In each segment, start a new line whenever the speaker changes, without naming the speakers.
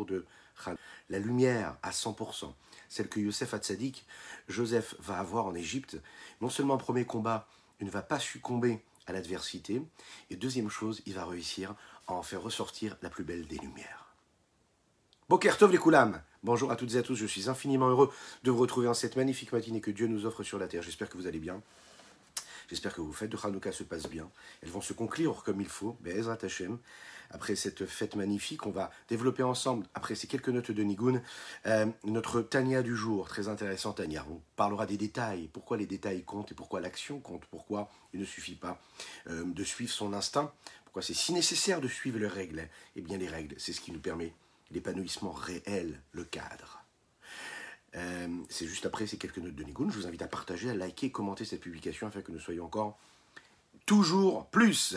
de Hanouka. La lumière à 100%, celle que Yosef Hatzadik, Joseph va avoir en Égypte, non seulement au premier combat, il ne va pas succomber à l'adversité, et deuxième chose, il va réussir à en faire ressortir la plus belle des lumières. Boker Tov les Koulam. Bonjour à toutes et à tous, je suis infiniment heureux de vous retrouver en cette magnifique matinée que Dieu nous offre sur la terre. J'espère que vous allez bien. J'espère que vos fêtes de Hanouka se passent bien. Elles vont se conclure comme il faut, Be'ezrat Hashem. Après cette fête magnifique, on va développer ensemble, après ces quelques notes de Nigun, notre Tania du jour, très intéressant Tania. On parlera des détails, pourquoi les détails comptent et pourquoi l'action compte, pourquoi il ne suffit pas de suivre son instinct, pourquoi c'est si nécessaire de suivre les règles. Eh bien les règles, c'est ce qui nous permet l'épanouissement réel, le cadre. C'est juste après ces quelques notes de Nigun. Je vous invite à partager, à liker et commenter cette publication afin que nous soyons encore toujours plus.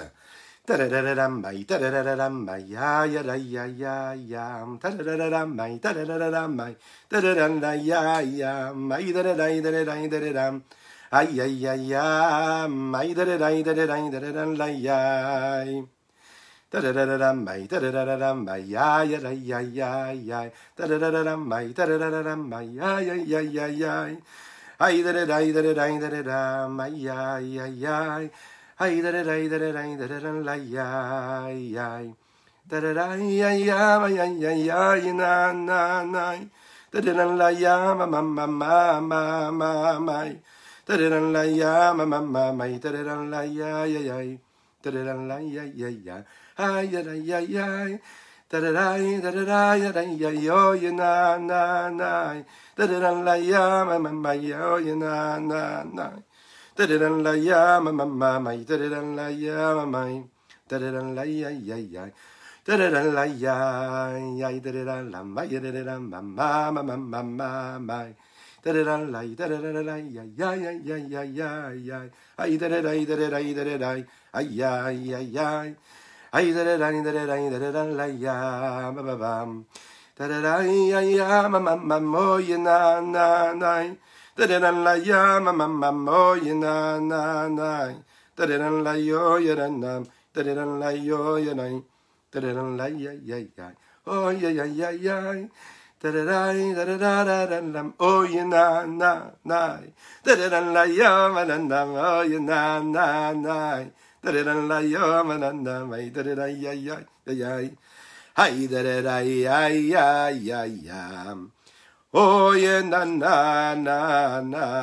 Da-da-da-da-dam, bye, da-da-da-da-dam, bye, ay, ay, ay, ay, ay, da-da-da-da-dam, bye, da-da-da-da-dam, bye, ay, ay, ay, ay, ay, ay, da-da-da, da-da-da, da-da-dam, ay, ay, ay, ay, ay, da-da-da, da-da-da, da-da-dam, ay, ay, ay, da-da-da, ay, ay, ay, ay, ay, ay, na, na, na, da-da-dam, ay, ma, ma, ma, ma, ma, ma, ma, da-da-dam, ay, ma, ma, ma, ma, da-da-dam, ay, ay, ay, ay, da-da-dam, ay, ay, ay, ay. Ay, ay, ay, ay, da-da-da, da-da-da, ay, ay, oh, na, na, na, da-da-da, la, ya, ma, ma, ma, oh, na, na, na, da-da-da, la, ya, ma, ma, ma, ma, da-da-da, la, ya, ma, ma, da-da-da, la, ya, ya, ya, da-da-da, la, ya, ya, da-da-da, la, ma, ya, da-da-da, ma, ma, ma, ma, ma, ma, ma, da-da-da, la, da-da-da, la, ya, ya, ya, ya, ya, ya, ya, ay, da-da-da, da-da-da, da-da-da, ay, ay, ay, ay. Ay da da da da da da da la ya ba ba bam da da da ya ya ma ma ma mo ya na na na da da da la ya ma ma ma mo ya na na na da da da la yo ya da na da da da la yo ya na da da da la ya ya ya oh ya ya ya ya da da da da da oh ya na na na da da da la ya ma na na oh ya na na na da-da-da, ya, ma-na-na, ma, da-da-da, ya, ya, ya, ya, ay, da-da-da, ya, ya, ya, ya, oh, ya, na, na, na,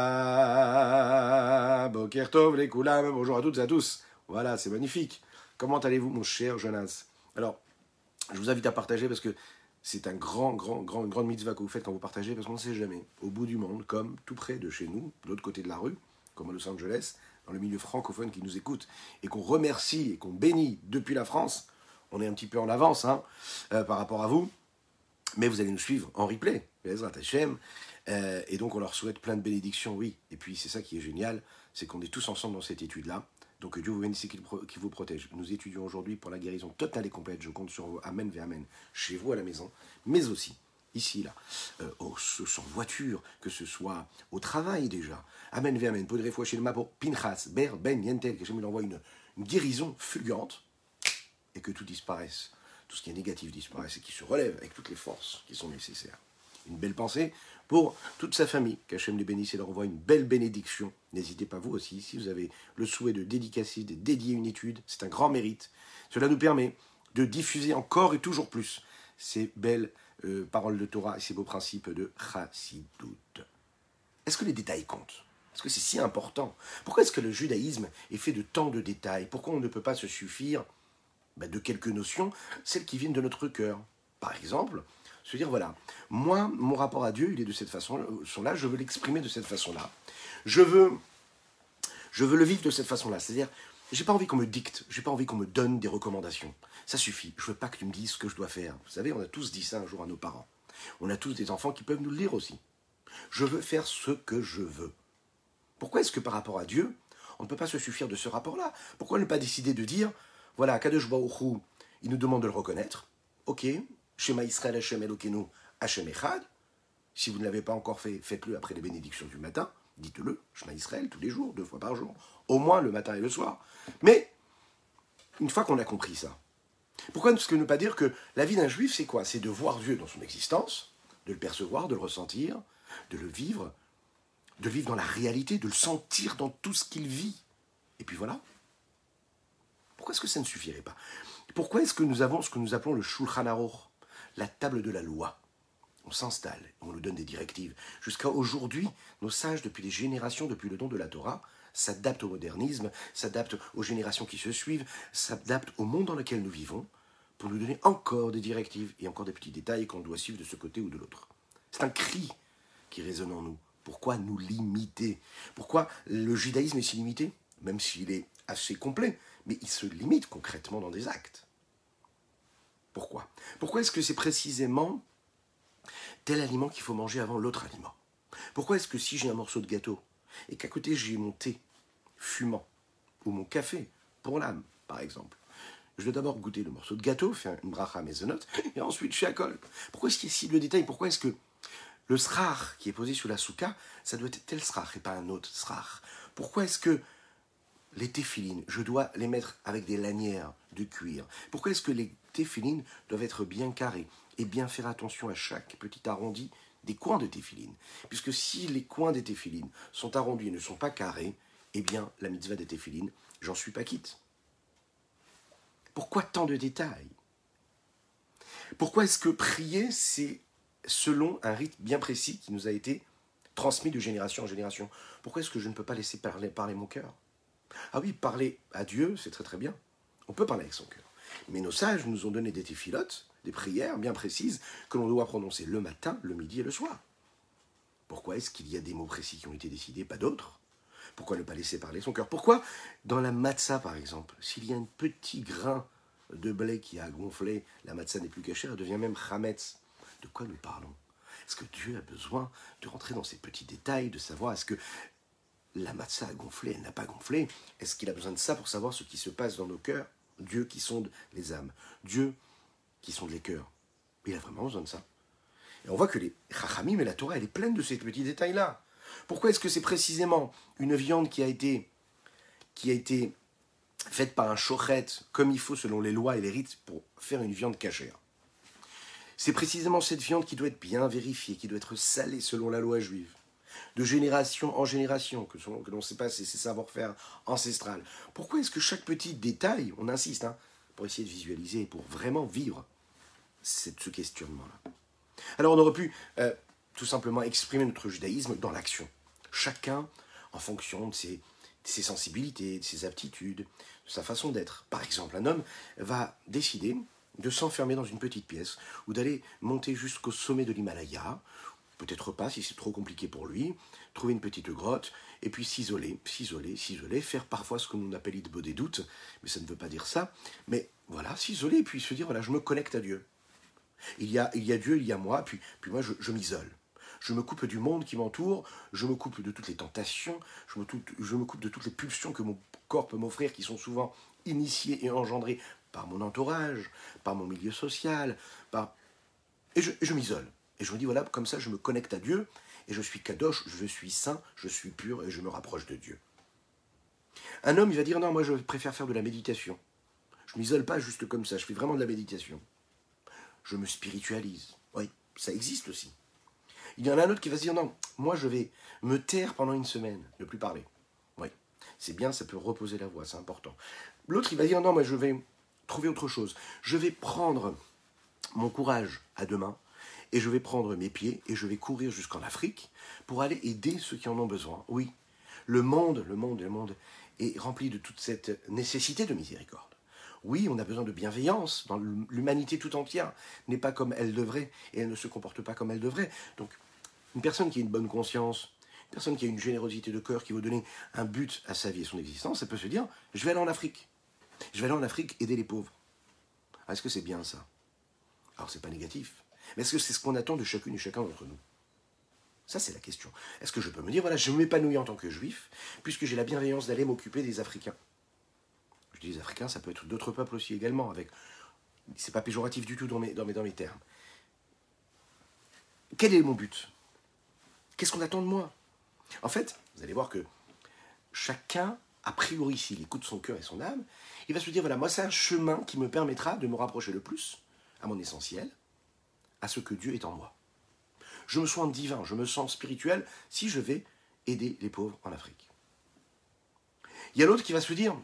na, Boker Tov, les Koulam, bonjour à toutes et à tous, voilà, c'est magnifique, comment allez-vous, mon cher Jonas? Alors, je vous invite à partager parce que c'est une grande mitzvah que vous faites quand vous partagez, parce qu'on ne sait jamais, au bout du monde, comme tout près de chez nous, de l'autre côté de la rue, comme à Los Angeles, dans le milieu francophone qui nous écoute, et qu'on remercie et qu'on bénit depuis la France, on est un petit peu en avance par rapport à vous, mais vous allez nous suivre en replay, Be'ezrat Hashem, et donc on leur souhaite plein de bénédictions, oui, et puis c'est ça qui est génial, c'est qu'on est tous ensemble dans cette étude-là, donc que Dieu vous bénisse et qu'il vous protège. Nous étudions aujourd'hui pour la guérison totale et complète, je compte sur vous, amen, amen, chez vous à la maison, mais aussi ici, là, sur voiture, que ce soit au travail déjà. Amen, amen. Podrez fois chez le map pour Pinchas, Ber, Ben, Yentel, que j'aime lui envoie une guérison fulgurante et que tout disparaisse, tout ce qui est négatif disparaisse et qui se relève avec toutes les forces qui sont nécessaires. Une belle pensée pour toute sa famille, qu'Hachem les bénisse et leur envoie une belle bénédiction. N'hésitez pas vous aussi, si vous avez le souhait de dédicacer, de dédier une étude, c'est un grand mérite. Cela nous permet de diffuser encore et toujours plus ces belles paroles de Torah et ces beaux principes de Chassidut. Est-ce que les détails comptent? Est-ce que c'est si important? Pourquoi est-ce que le judaïsme est fait de tant de détails? Pourquoi on ne peut pas se suffire de quelques notions, celles qui viennent de notre cœur? Par exemple, se dire, voilà, moi, mon rapport à Dieu, il est de cette façon-là, je veux l'exprimer de cette façon-là. Je veux le vivre de cette façon-là. C'est-à-dire, j'ai pas envie qu'on me dicte, j'ai pas envie qu'on me donne des recommandations. Ça suffit, je veux pas que tu me dises ce que je dois faire. Vous savez, on a tous dit ça un jour à nos parents. On a tous des enfants qui peuvent nous le dire aussi. Je veux faire ce que je veux. Pourquoi est-ce que par rapport à Dieu, on ne peut pas se suffire de ce rapport-là? Pourquoi ne pas décider de dire, voilà, Kadosh Baruch Hu, il nous demande de le reconnaître. Ok, Shema Israël Hashem Elokeinu Hashem Echad. Si vous ne l'avez pas encore fait, faites-le après les bénédictions du matin. Dites-le, Shema Israël, tous les jours, 2 fois par jour. Au moins le matin et le soir. Mais, une fois qu'on a compris ça, Pourquoi ne pas dire que la vie d'un juif, c'est quoi? C'est de voir Dieu dans son existence, de le percevoir, de le ressentir, de le vivre dans la réalité, de le sentir dans tout ce qu'il vit. Et puis voilà. Pourquoi est-ce que ça ne suffirait pas? Pourquoi est-ce que nous avons ce que nous appelons le Shulchan Aruch, la table de la loi? On s'installe, on nous donne des directives. Jusqu'à aujourd'hui, nos sages, depuis des générations, depuis le don de la Torah, s'adaptent au modernisme, s'adaptent aux générations qui se suivent, s'adaptent au monde dans lequel nous vivons, pour nous donner encore des directives et encore des petits détails qu'on doit suivre de ce côté ou de l'autre. C'est un cri qui résonne en nous. Pourquoi nous limiter? Pourquoi le judaïsme est si limité? Même s'il est assez complet, mais il se limite concrètement dans des actes. Pourquoi? Pourquoi est-ce que c'est précisément tel aliment qu'il faut manger avant l'autre aliment? Pourquoi est-ce que si j'ai un morceau de gâteau et qu'à côté j'ai mon thé fumant ou mon café pour l'âme, par exemple, je dois d'abord goûter le morceau de gâteau, faire une bracha mezonot, et ensuite shakol. Pourquoi est-ce qu'il y a si de détails? Pourquoi est-ce que le srach qui est posé sur la souka, ça doit être tel srach et pas un autre srach? Pourquoi est-ce que les téphilines, je dois les mettre avec des lanières de cuir? Pourquoi est-ce que les téphilines doivent être bien carrées et bien faire attention à chaque petit arrondi des coins de téphilines? Puisque si les coins des téphilines sont arrondis et ne sont pas carrés, eh bien, la mitzvah des téphilines, j'en suis pas quitte. Pourquoi tant de détails? Pourquoi est-ce que prier, c'est selon un rite bien précis qui nous a été transmis de génération en génération? Pourquoi est-ce que je ne peux pas laisser parler mon cœur? Ah oui, parler à Dieu, c'est très très bien. On peut parler avec son cœur. Mais nos sages nous ont donné des téphilotes, des prières bien précises que l'on doit prononcer le matin, le midi et le soir. Pourquoi est-ce qu'il y a des mots précis qui ont été décidés, pas d'autres? Pourquoi ne pas laisser parler son cœur? Pourquoi, dans la matzah par exemple, s'il y a un petit grain de blé qui a gonflé, la matzah n'est plus cachère, elle devient même chametz? De quoi nous parlons? Est-ce que Dieu a besoin de rentrer dans ces petits détails, de savoir est-ce que la matzah a gonflé, elle n'a pas gonflé? Est-ce qu'il a besoin de ça pour savoir ce qui se passe dans nos cœurs? Dieu qui sonde les âmes, Dieu qui sonde les cœurs. Il a vraiment besoin de ça. Et on voit que les Chachamim et la Torah, elle est pleine de ces petits détails-là. Pourquoi est-ce que c'est précisément une viande qui a été faite par un shochet, comme il faut selon les lois et les rites, pour faire une viande cachère? C'est précisément cette viande qui doit être bien vérifiée, qui doit être salée selon la loi juive, de génération en génération, que l'on ne sait pas, c'est savoir-faire ancestral. Pourquoi est-ce que chaque petit détail, on insiste, pour essayer de visualiser, pour vraiment vivre ce questionnement-là? Alors on aurait pu tout simplement exprimer notre judaïsme dans l'action. Chacun en fonction de ses sensibilités, de ses aptitudes, de sa façon d'être. Par exemple, un homme va décider de s'enfermer dans une petite pièce ou d'aller monter jusqu'au sommet de l'Himalaya, peut-être pas si c'est trop compliqué pour lui, trouver une petite grotte et puis s'isoler, faire parfois ce que l'on appelle l'idbo des doutes, mais ça ne veut pas dire ça, mais voilà, s'isoler et puis se dire, voilà, je me connecte à Dieu. Il y a Dieu, il y a moi, puis moi je m'isole. Je me coupe du monde qui m'entoure, je me coupe de toutes les tentations, je me coupe de toutes les pulsions que mon corps peut m'offrir, qui sont souvent initiées et engendrées par mon entourage, par mon milieu social, et je m'isole. Et je me dis, voilà, comme ça je me connecte à Dieu, et je suis kadosh, je suis saint, je suis pur, et je me rapproche de Dieu. Un homme, il va dire, non, moi je préfère faire de la méditation. Je ne m'isole pas juste comme ça, je fais vraiment de la méditation. Je me spiritualise. Oui, ça existe aussi. Il y en a un autre qui va se dire, non, moi je vais me taire pendant une semaine, ne plus parler. Oui, c'est bien, ça peut reposer la voix, c'est important. L'autre, il va dire, non, moi je vais trouver autre chose. Je vais prendre mon courage à deux mains, et je vais prendre mes pieds, et je vais courir jusqu'en Afrique pour aller aider ceux qui en ont besoin. Oui, le monde est rempli de toute cette nécessité de miséricorde. Oui, on a besoin de bienveillance dans l'humanité tout entière, n'est pas comme elle devrait, et elle ne se comporte pas comme elle devrait. Donc, une personne qui a une bonne conscience, une personne qui a une générosité de cœur, qui veut donner un but à sa vie et son existence, elle peut se dire, je vais aller en Afrique. Je vais aller en Afrique aider les pauvres. Est-ce que c'est bien ça? Alors, c'est pas négatif. Mais est-ce que c'est ce qu'on attend de chacune et chacun d'entre nous? Ça, c'est la question. Est-ce que je peux me dire, voilà, je m'épanouis en tant que juif, puisque j'ai la bienveillance d'aller m'occuper des Africains? Je dis les Africains, ça peut être d'autres peuples aussi également. C'est pas péjoratif du tout dans mes termes. Quel est mon but? Qu'est-ce qu'on attend de moi? En fait, vous allez voir que chacun a priori, s'il écoute son cœur et son âme, il va se dire, voilà, moi c'est un chemin qui me permettra de me rapprocher le plus à mon essentiel, à ce que Dieu est en moi. Je me sens divin, je me sens spirituel si je vais aider les pauvres en Afrique. Il y a l'autre qui va se dire,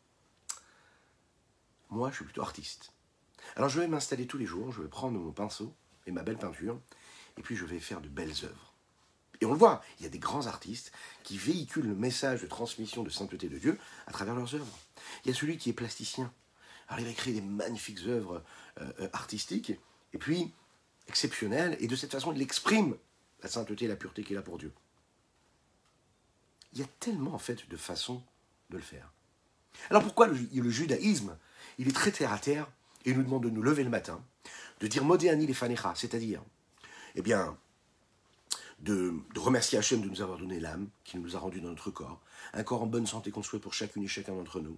moi je suis plutôt artiste. Alors je vais m'installer tous les jours, je vais prendre mon pinceau et ma belle peinture, et puis je vais faire de belles œuvres. Et on le voit, il y a des grands artistes qui véhiculent le message de transmission de sainteté de Dieu à travers leurs œuvres. Il y a celui qui est plasticien. Alors il va créer des magnifiques œuvres artistiques, et puis exceptionnelles, et de cette façon il exprime la sainteté et la pureté qu'il a pour Dieu. Il y a tellement en fait de façons de le faire. Alors pourquoi le judaïsme, il est très terre à terre, et il nous demande de nous lever le matin, de dire Modéani lefanecha, c'est-à-dire, eh bien, de remercier Hachem de nous avoir donné l'âme, qui nous a rendu dans notre corps, un corps en bonne santé qu'on souhaite pour chacune et chacun d'entre nous.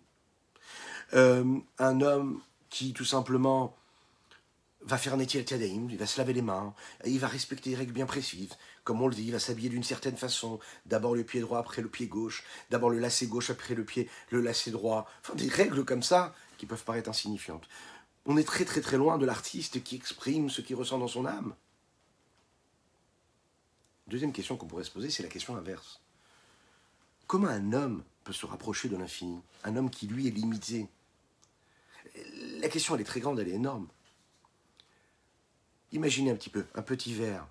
Un homme qui, tout simplement, va faire un Netilat Yadayim, il va se laver les mains, il va respecter des règles bien précises, comme on le dit, il va s'habiller d'une certaine façon, d'abord le pied droit, après le pied gauche, d'abord le lacet gauche, après le lacet droit, enfin des règles comme ça, qui peuvent paraître insignifiantes. On est très très très loin de l'artiste qui exprime ce qu'il ressent dans son âme. Deuxième question qu'on pourrait se poser, c'est la question inverse. Comment un homme peut se rapprocher de l'infini? Un homme qui, lui, est limité. La question, elle est très grande, elle est énorme. Imaginez un petit peu, un petit verre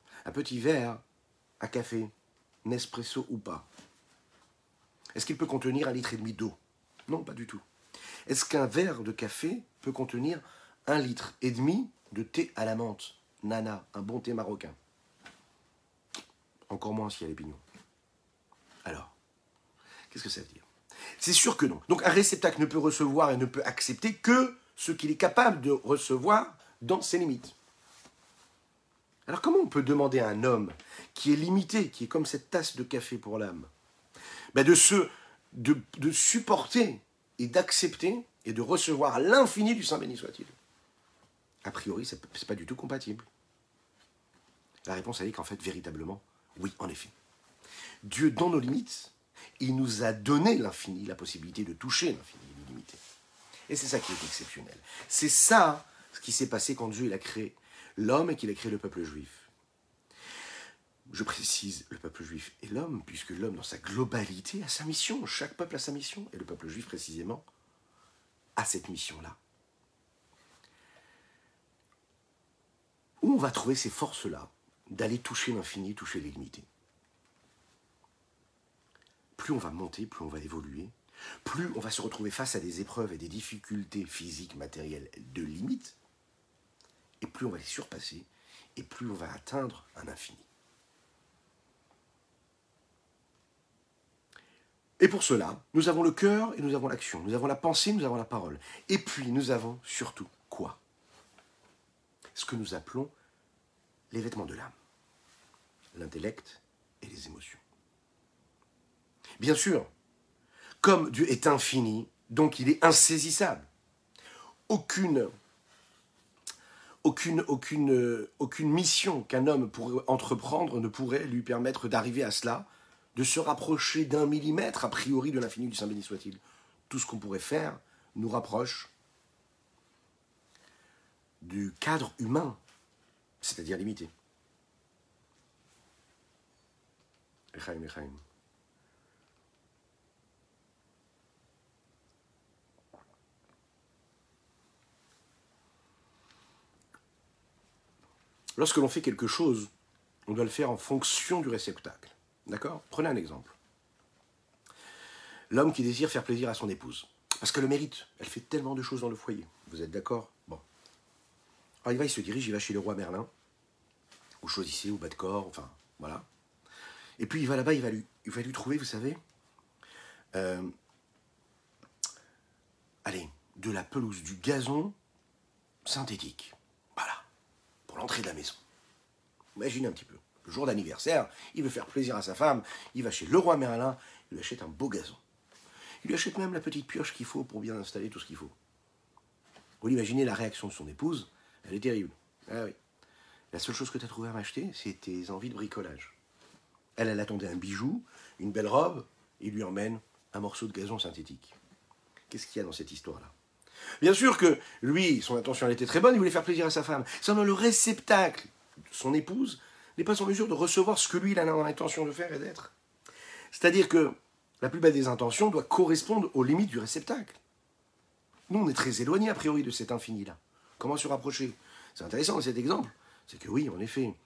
à café, Nespresso ou pas. Est-ce qu'il peut contenir 1,5 litre d'eau? Non, pas du tout. Est-ce qu'un verre de café peut contenir 1,5 litre de thé à la menthe? Nana, un bon thé marocain. Encore moins s'il y a les pignons. Alors, qu'est-ce que ça veut dire? C'est sûr que non. Donc un réceptacle ne peut recevoir et ne peut accepter que ce qu'il est capable de recevoir dans ses limites. Alors comment on peut demander à un homme qui est limité, qui est comme cette tasse de café pour l'âme, de supporter et d'accepter et de recevoir l'infini du Saint béni soit-il? A priori, ce n'est pas du tout compatible. La réponse elle est qu'en fait, véritablement, oui, en effet. Dieu, dans nos limites, il nous a donné l'infini, la possibilité de toucher l'infini illimité. Et c'est ça qui est exceptionnel. C'est ça ce qui s'est passé quand Dieu il a créé l'homme et qu'il a créé le peuple juif. Je précise le peuple juif et l'homme, puisque l'homme dans sa globalité a sa mission. Chaque peuple a sa mission. Et le peuple juif précisément a cette mission-là. Où on va trouver ces forces-là d'aller toucher l'infini, toucher l'illimité? Plus on va monter, plus on va évoluer, plus on va se retrouver face à des épreuves et des difficultés physiques, matérielles de limite, et plus on va les surpasser, et plus on va atteindre un infini. Et pour cela, nous avons le cœur et nous avons l'action, nous avons la pensée, nous avons la parole. Et puis nous avons surtout quoi? Ce que nous appelons les vêtements de l'âme, l'intellect et les émotions. Bien sûr, comme Dieu est infini, donc il est insaisissable. Aucune mission qu'un homme pourrait entreprendre ne pourrait lui permettre d'arriver à cela, de se rapprocher d'1 millimètre a priori de l'infini du Saint béni soit-il. Tout ce qu'on pourrait faire nous rapproche du cadre humain, c'est-à-dire limité. Echaim, echaim. Lorsque l'on fait quelque chose, on doit le faire en fonction du réceptacle. D'accord? Prenez un exemple. L'homme qui désire faire plaisir à son épouse. Parce qu'elle le mérite. Elle fait tellement de choses dans le foyer. Vous êtes d'accord? Bon. Alors il se dirige, il va chez le roi Merlin, ou Chaussicée, ou Bas-de-Corps, enfin, voilà. Et puis il va là-bas, il va lui trouver, vous savez, de la pelouse, du gazon synthétique. Voilà. Pour l'entrée de la maison. Imaginez un petit peu. Le jour d'anniversaire, il veut faire plaisir à sa femme, il va chez le roi Merlin, il lui achète un beau gazon. Il lui achète même la petite pioche qu'il faut pour bien installer tout ce qu'il faut. Vous imaginez la réaction de son épouse, elle est terrible. Ah oui. La seule chose que tu as trouvé à m'acheter, c'est tes envies de bricolage. Elle attendait un bijou, une belle robe, il lui emmène un morceau de gazon synthétique. Qu'est-ce qu'il y a dans cette histoire-là? Bien sûr que lui, son intention elle était très bonne, il voulait faire plaisir à sa femme. Seulement le réceptacle, son épouse, n'est pas en mesure de recevoir ce que lui il a l'intention de faire et d'être. C'est-à-dire que la plus belle des intentions doit correspondre aux limites du réceptacle. Nous, on est très éloignés a priori de cet infini-là. Comment se rapprocher? C'est intéressant cet exemple. C'est que oui, en effet,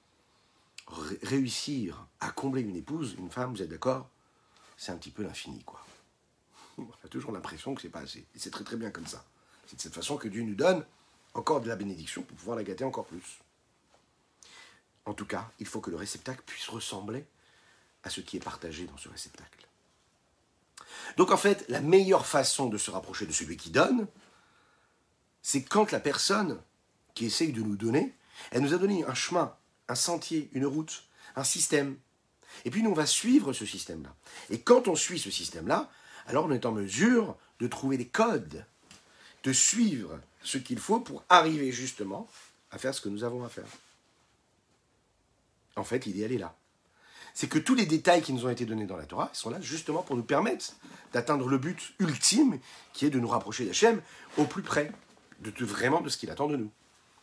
réussir à combler une épouse, une femme, vous êtes d'accord? C'est un petit peu l'infini, quoi. On a toujours l'impression que c'est pas assez. Et c'est très très bien comme ça. C'est de cette façon que Dieu nous donne encore de la bénédiction pour pouvoir la gâter encore plus. En tout cas, il faut que le réceptacle puisse ressembler à ce qui est partagé dans ce réceptacle. Donc en fait, la meilleure façon de se rapprocher de celui qui donne, c'est quand la personne qui essaye de nous donner, elle nous a donné un chemin, un sentier, une route, un système. Et puis nous, on va suivre ce système-là. Et quand on suit ce système-là, alors on est en mesure de trouver les codes, de suivre ce qu'il faut pour arriver justement à faire ce que nous avons à faire. En fait, l'idéal est là. C'est que tous les détails qui nous ont été donnés dans la Torah sont là justement pour nous permettre d'atteindre le but ultime qui est de nous rapprocher d'Hachem au plus près, vraiment de ce qu'il attend de nous.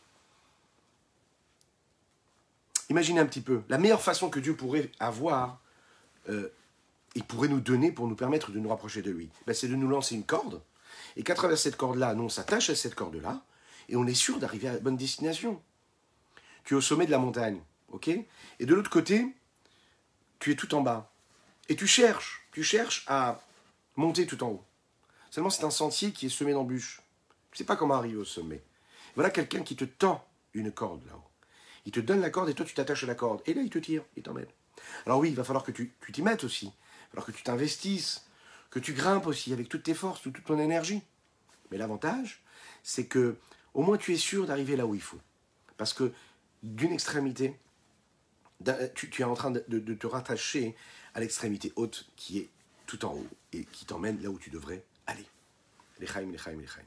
Imaginez un petit peu, la meilleure façon que Dieu pourrait avoir, il pourrait nous donner pour nous permettre de nous rapprocher de lui, c'est de nous lancer une corde, et qu'à travers cette corde-là, nous on s'attache à cette corde-là, et on est sûr d'arriver à la bonne destination. Tu es au sommet de la montagne, ok? Et de l'autre côté, tu es tout en bas. Et tu cherches à monter tout en haut. Seulement c'est un sentier qui est semé d'embûches. Tu ne sais pas comment arriver au sommet. Voilà quelqu'un qui te tend une corde là-haut. Il te donne la corde et toi tu t'attaches à la corde. Et là il te tire, il t'emmène. Alors oui, il va falloir que tu t'y mettes aussi. Il va falloir que tu t'investisses, que tu grimpes aussi avec toutes tes forces, toute ton énergie. Mais l'avantage, c'est que au moins tu es sûr d'arriver là où il faut. Parce que d'une extrémité, tu es en train de te rattacher à l'extrémité haute qui est tout en haut et qui t'emmène là où tu devrais aller. L'Echaim, l'Echaim, l'Echaim.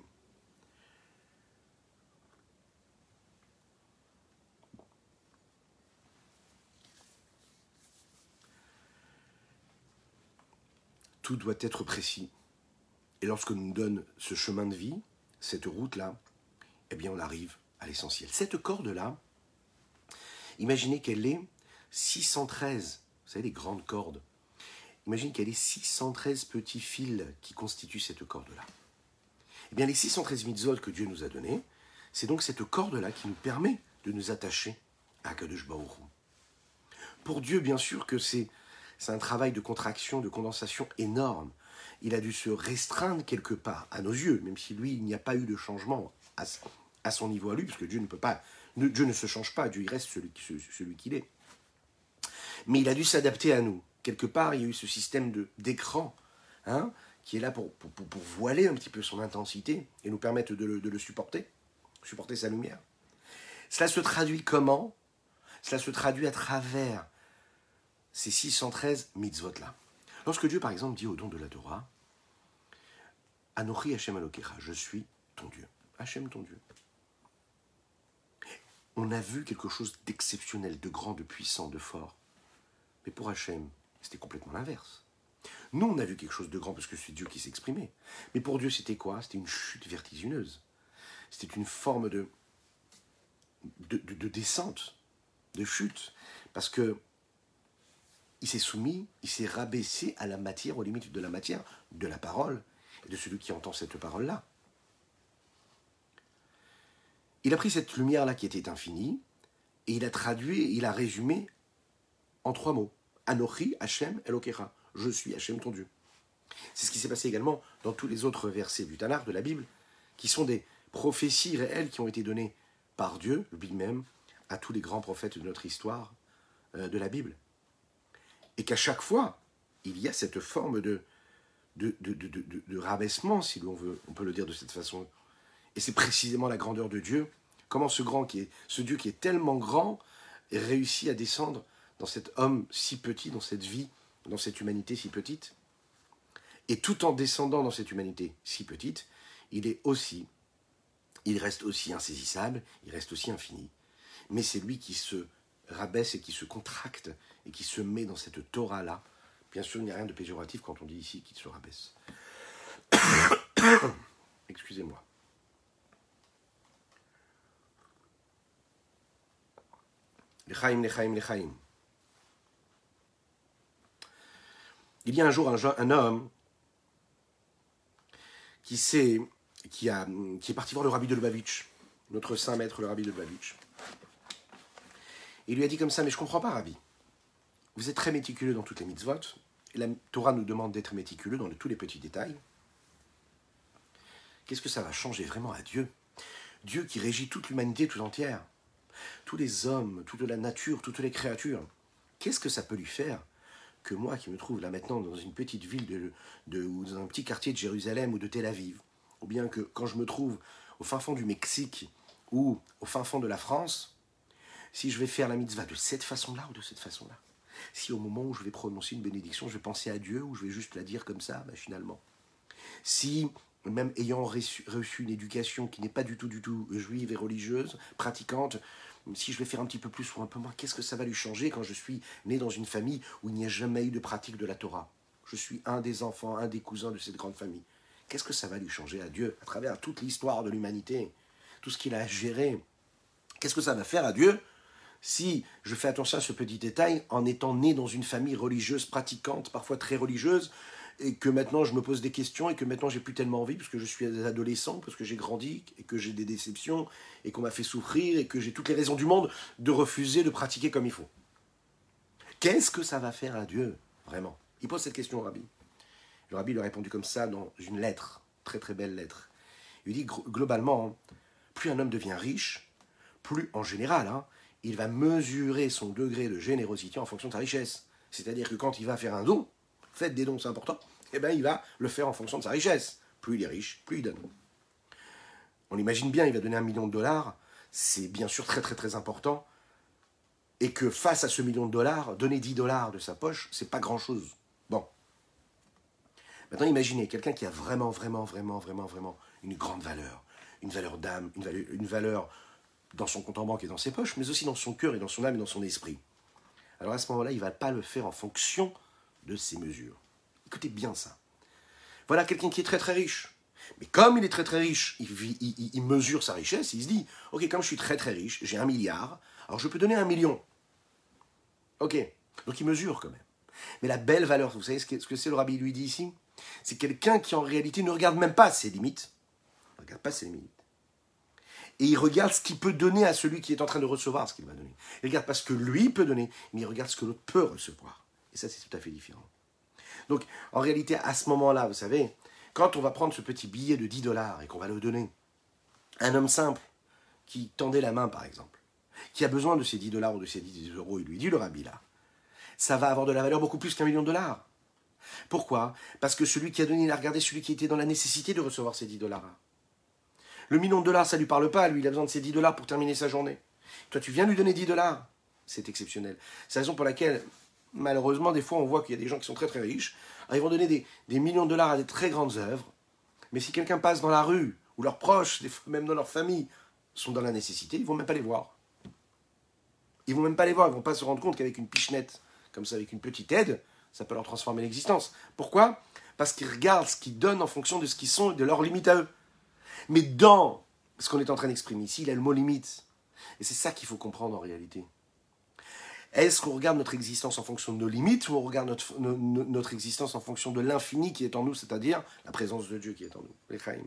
Tout doit être précis. Et lorsque nous donne ce chemin de vie, cette route-là, eh bien on arrive à l'essentiel. Cette corde-là, imaginez qu'elle est 613, vous savez les grandes cordes, imaginez qu'elle est 613 petits fils qui constituent cette corde-là. Eh bien les 613 mitzvot que Dieu nous a donnés, c'est donc cette corde-là qui nous permet de nous attacher à Akadosh Baruch Hu. Pour Dieu, bien sûr que c'est un travail de contraction, de condensation énorme. Il a dû se restreindre quelque part, à nos yeux, même si lui, il n'y a pas eu de changement à son niveau à lui, parce que Dieu ne peut pas, Dieu ne se change pas, Dieu il reste celui qu'il est. Mais il a dû s'adapter à nous. Quelque part, il y a eu ce système d'écran, qui est là pour voiler un petit peu son intensité et nous permettre de le supporter sa lumière. Cela se traduit comment? Cela se traduit à travers ces 613 mitzvot-là. Lorsque Dieu, par exemple, dit au don de la Torah, Anochi Hashem Elokecha, je suis ton Dieu. Hashem, ton Dieu. On a vu quelque chose d'exceptionnel, de grand, de puissant, de fort. Mais pour Hashem, c'était complètement l'inverse. Nous, on a vu quelque chose de grand parce que c'est Dieu qui s'exprimait. Mais pour Dieu, c'était quoi? C'était une chute vertigineuse. C'était une forme de descente, de chute. Parce que il s'est soumis, il s'est rabaissé à la matière, aux limites de la matière, de la parole, et de celui qui entend cette parole-là. Il a pris cette lumière-là qui était infinie, et il a traduit, il a résumé en 3 mots. Anochi Hashem Elokecha. Je suis Hashem ton Dieu. C'est ce qui s'est passé également dans tous les autres versets du Tanakh, de la Bible, qui sont des prophéties réelles qui ont été données par Dieu, lui-même, à tous les grands prophètes de notre histoire de la Bible. Et qu'à chaque fois, il y a cette forme de rabaissement, si l'on veut, on peut le dire de cette façon. Et c'est précisément la grandeur de Dieu. Comment ce Dieu qui est tellement grand réussit à descendre dans cet homme si petit, dans cette vie, dans cette humanité si petite. Et tout en descendant dans cette humanité si petite, il reste aussi insaisissable, il reste aussi infini. Mais c'est lui qui se rabaisse et qui se contracte et qui se met dans cette Torah-là Bien sûr, il n'y a rien de péjoratif quand on dit ici qu'il se rabaisse. Excusez-moi. L'Echaim, l'Echaim, l'Echaim. Il y a un jour un homme qui est parti voir le rabbi de Lubavitch, notre saint maître, le rabbi de Lubavitch. Il lui a dit comme ça, mais je ne comprends pas, rabbi. Vous êtes très méticuleux dans toutes les mitzvot, et la Torah nous demande d'être méticuleux dans tous les petits détails. Qu'est-ce que ça va changer vraiment à Dieu? Dieu qui régit toute l'humanité tout entière, tous les hommes, toute la nature, toutes les créatures. Qu'est-ce que ça peut lui faire que moi qui me trouve là maintenant dans une petite ville ou dans un petit quartier de Jérusalem ou de Tel Aviv, ou bien que quand je me trouve au fin fond du Mexique ou au fin fond de la France, si je vais faire la mitzvah de cette façon-là ou de cette façon-là, si au moment où je vais prononcer une bénédiction, je vais penser à Dieu ou je vais juste la dire comme ça, machinalement, si même ayant reçu une éducation qui n'est pas du tout juive et religieuse, pratiquante, si je vais faire un petit peu plus ou un peu moins, qu'est-ce que ça va lui changer quand je suis né dans une famille où il n'y a jamais eu de pratique de la Torah? Je suis un des enfants, un des cousins de cette grande famille. Qu'est-ce que ça va lui changer à Dieu, à travers toute l'histoire de l'humanité, tout ce qu'il a géré? Qu'est-ce que ça va faire à Dieu si je fais attention à ce petit détail en étant né dans une famille religieuse, pratiquante, parfois très religieuse, et que maintenant je me pose des questions et que maintenant j'ai plus tellement envie parce que je suis adolescent, parce que j'ai grandi et que j'ai des déceptions et qu'on m'a fait souffrir et que j'ai toutes les raisons du monde de refuser de pratiquer comme il faut. Qu'est-ce que ça va faire à Dieu, vraiment? Il pose cette question au rabbi. Le rabbi lui a répondu comme ça dans une lettre, très très belle lettre. Il lui dit globalement, plus un homme devient riche, plus en général, il va mesurer son degré de générosité en fonction de sa richesse. C'est-à-dire que quand il va faire un don, faites des dons, c'est important, eh bien il va le faire en fonction de sa richesse. Plus il est riche, plus il donne. On imagine bien, il va donner $1 million, c'est bien sûr très très très important, et que face à ce $1 million, donner $10 de sa poche, c'est pas grand-chose. Bon. Maintenant imaginez, quelqu'un qui a vraiment une grande valeur, une valeur d'âme, une valeur dans son compte en banque et dans ses poches, mais aussi dans son cœur et dans son âme et dans son esprit. Alors à ce moment-là, il ne va pas le faire en fonction de ses mesures. Écoutez bien ça. Voilà quelqu'un qui est très très riche. Mais comme il est très très riche, il mesure sa richesse, il se dit, ok, comme je suis très très riche, j'ai 1 milliard, alors je peux donner 1 million. Ok, donc il mesure quand même. Mais la belle valeur, vous savez ce que c'est le rabbi lui dit ici? C'est quelqu'un qui en réalité ne regarde même pas ses limites. Il ne regarde pas ses limites. Et il regarde ce qu'il peut donner à celui qui est en train de recevoir ce qu'il va donner. Il ne regarde pas ce que lui peut donner, mais il regarde ce que l'autre peut recevoir. Et ça, c'est tout à fait différent. Donc, en réalité, à ce moment-là, vous savez, quand on va prendre ce petit billet de $10 et qu'on va le donner à un homme simple qui tendait la main, par exemple, qui a besoin de ces $10 ou de ces 10 euros, il lui dit, le rabbi là, ça va avoir de la valeur beaucoup plus qu'1 million. Pourquoi? Parce que celui qui a donné, il a regardé celui qui était dans la nécessité de recevoir ces $10. Le $1 million, ça ne lui parle pas, lui, il a besoin de ces $10 pour terminer sa journée. Toi, tu viens lui donner $10, c'est exceptionnel. C'est la raison pour laquelle, malheureusement, des fois, on voit qu'il y a des gens qui sont très très riches. Alors, ils vont donner des millions de dollars à des très grandes œuvres, mais si quelqu'un passe dans la rue, ou leurs proches, même dans leur famille, sont dans la nécessité, ils ne vont même pas les voir. Ils ne vont même pas les voir, ils ne vont pas se rendre compte qu'avec une pichenette, comme ça, avec une petite aide, ça peut leur transformer l'existence. Pourquoi? Parce qu'ils regardent ce qu'ils donnent en fonction de ce qu'ils sont et de leurs limites à eux. Mais dans ce qu'on est en train d'exprimer ici, il y a le mot limite. Et c'est ça qu'il faut comprendre en réalité. Est-ce qu'on regarde notre existence en fonction de nos limites ou on regarde notre existence en fonction de l'infini qui est en nous, c'est-à-dire la présence de Dieu qui est en nous, l'Echaim.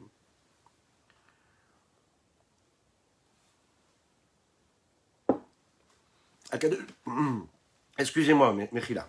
Excusez-moi, Mechila.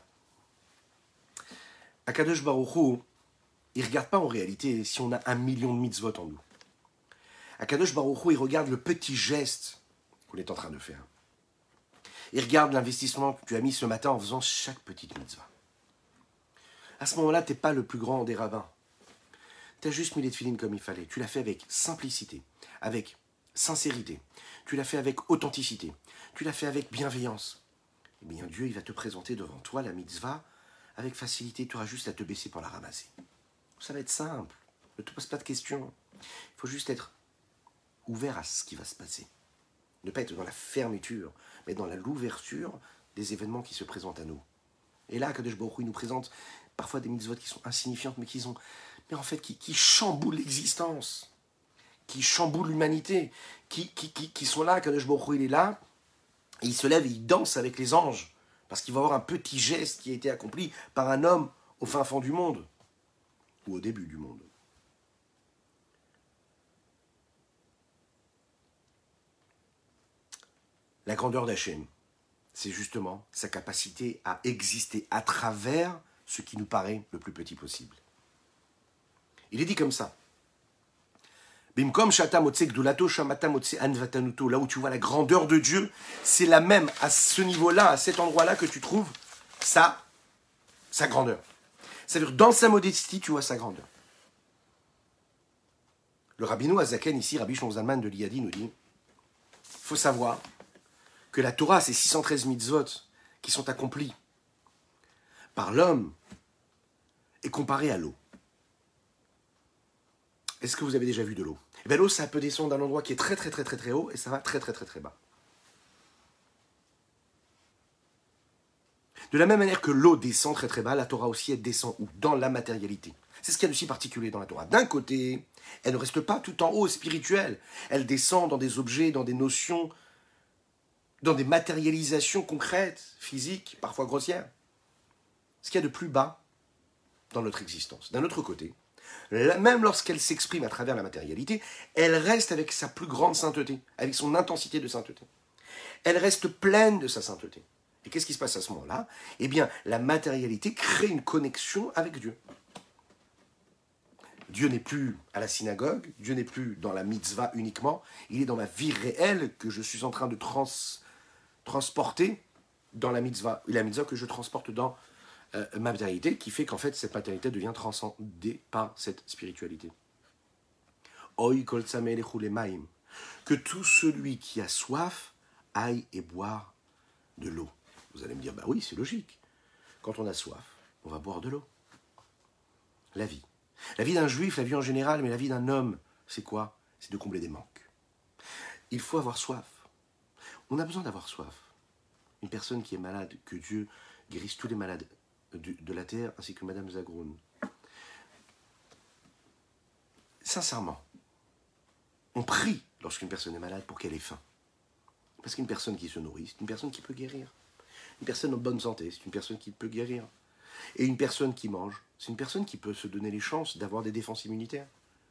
Akadosh Baruch Hu, il ne regarde pas en réalité si on a 1 million de mitzvot en nous. Akadosh Baruch Hu, il regarde le petit geste qu'on est en train de faire. Il regarde l'investissement que tu as mis ce matin en faisant chaque petite mitzvah. À ce moment-là, tu n'es pas le plus grand des rabbins. Tu as juste mis les tefilines comme il fallait. Tu l'as fait avec simplicité, avec sincérité. Tu l'as fait avec authenticité. Tu l'as fait avec bienveillance. Eh bien, Dieu, il va te présenter devant toi la mitzvah avec facilité. Tu auras juste à te baisser pour la ramasser. Ça va être simple. Ne te pose pas de questions. Il faut juste être ouvert à ce qui va se passer. Ne pas être dans la fermeture, mais dans l'ouverture des événements qui se présentent à nous. Et là, Kadosh Baruch Hu, il nous présente parfois des mitzvot qui sont insignifiantes, mais en fait qui chamboulent l'existence, qui chamboulent l'humanité, qui sont là, Kadosh Baruch Hu, il est là, et il se lève et il danse avec les anges, parce qu'il va avoir un petit geste qui a été accompli par un homme au fin fond du monde, ou au début du monde. La grandeur d'Hachem, c'est justement sa capacité à exister à travers ce qui nous paraît le plus petit possible. Il est dit comme ça. Bimkom shata motse gdulato shamata motse anvatanuto. Là où tu vois la grandeur de Dieu, c'est la même, à ce niveau-là, à cet endroit-là, que tu trouves sa grandeur. C'est-à-dire, dans sa modestie, tu vois sa grandeur. Le Rabbeinu Azaken, ici, Rabbi Shlomo Zalman de Liadi, nous dit, il faut savoir que la Torah, ces 613 mitzvot qui sont accomplis par l'homme, est comparée à l'eau. Est-ce que vous avez déjà vu de l'eau? Eh bien, l'eau, ça peut descendre d'un endroit qui est très très très très très haut et ça va très très très très bas. De la même manière que l'eau descend très très bas, la Torah aussi, elle descend où? Dans la matérialité. C'est ce qu'il y a de si particulier dans la Torah. D'un côté, elle ne reste pas tout en haut spirituelle. Elle descend dans des objets, dans des notions, dans des matérialisations concrètes, physiques, parfois grossières. Ce qu'il y a de plus bas dans notre existence. D'un autre côté, même lorsqu'elle s'exprime à travers la matérialité, elle reste avec sa plus grande sainteté, avec son intensité de sainteté. Elle reste pleine de sa sainteté. Et qu'est-ce qui se passe à ce moment-là? Eh bien, la matérialité crée une connexion avec Dieu. Dieu n'est plus à la synagogue, Dieu n'est plus dans la mitzvah uniquement, il est dans ma vie réelle que je suis en train de transporter dans la mitzvah que je transporte dans ma matérialité, qui fait qu'en fait cette matérialité devient transcendée par cette spiritualité. Oy kol tzameh lechu lemaim. Que tout celui qui a soif aille et boire de l'eau. Vous allez me dire, bah oui, c'est logique. Quand on a soif, on va boire de l'eau. La vie. La vie d'un juif, la vie en général, mais la vie d'un homme, c'est quoi? C'est de combler des manques. Il faut avoir soif. On a besoin d'avoir soif. Une personne qui est malade, que Dieu guérisse tous les malades de la terre, ainsi que Madame Zagroun. Sincèrement, on prie lorsqu'une personne est malade pour qu'elle ait faim. Parce qu'une personne qui se nourrit, c'est une personne qui peut guérir. Une personne en bonne santé, c'est une personne qui peut guérir. Et une personne qui mange, c'est une personne qui peut se donner les chances d'avoir des défenses immunitaires.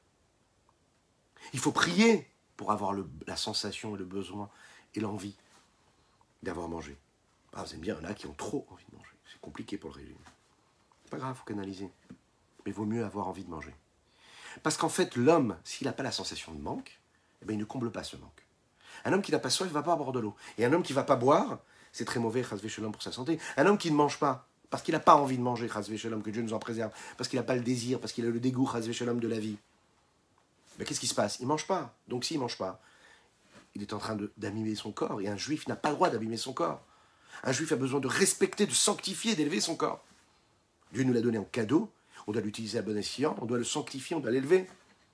Il faut prier pour avoir la sensation et le besoin et l'envie d'avoir mangé. Ah, vous aimez bien, il y en a qui ont trop envie de manger. C'est compliqué pour le régime. C'est pas grave, il faut canaliser. Mais il vaut mieux avoir envie de manger. Parce qu'en fait, l'homme, s'il n'a pas la sensation de manque, eh bien, il ne comble pas ce manque. Un homme qui n'a pas soif, il ne va pas boire de l'eau. Et un homme qui ne va pas boire, c'est très mauvais, chas v'shalom, pour sa santé. Un homme qui ne mange pas, parce qu'il n'a pas envie de manger, chas v'shalom, que Dieu nous en préserve, parce qu'il n'a pas le désir, parce qu'il a le dégoût, chas v'shalom, de la vie, ben, qu'est-ce qui se passe? Il ne mange pas. Donc s'il ne mange pas, il est en train d'abîmer son corps. Et un juif n'a pas le droit d'abîmer son corps. Un juif a besoin de respecter, de sanctifier, d'élever son corps. Dieu nous l'a donné en cadeau, on doit l'utiliser à bon escient, on doit le sanctifier, on doit l'élever.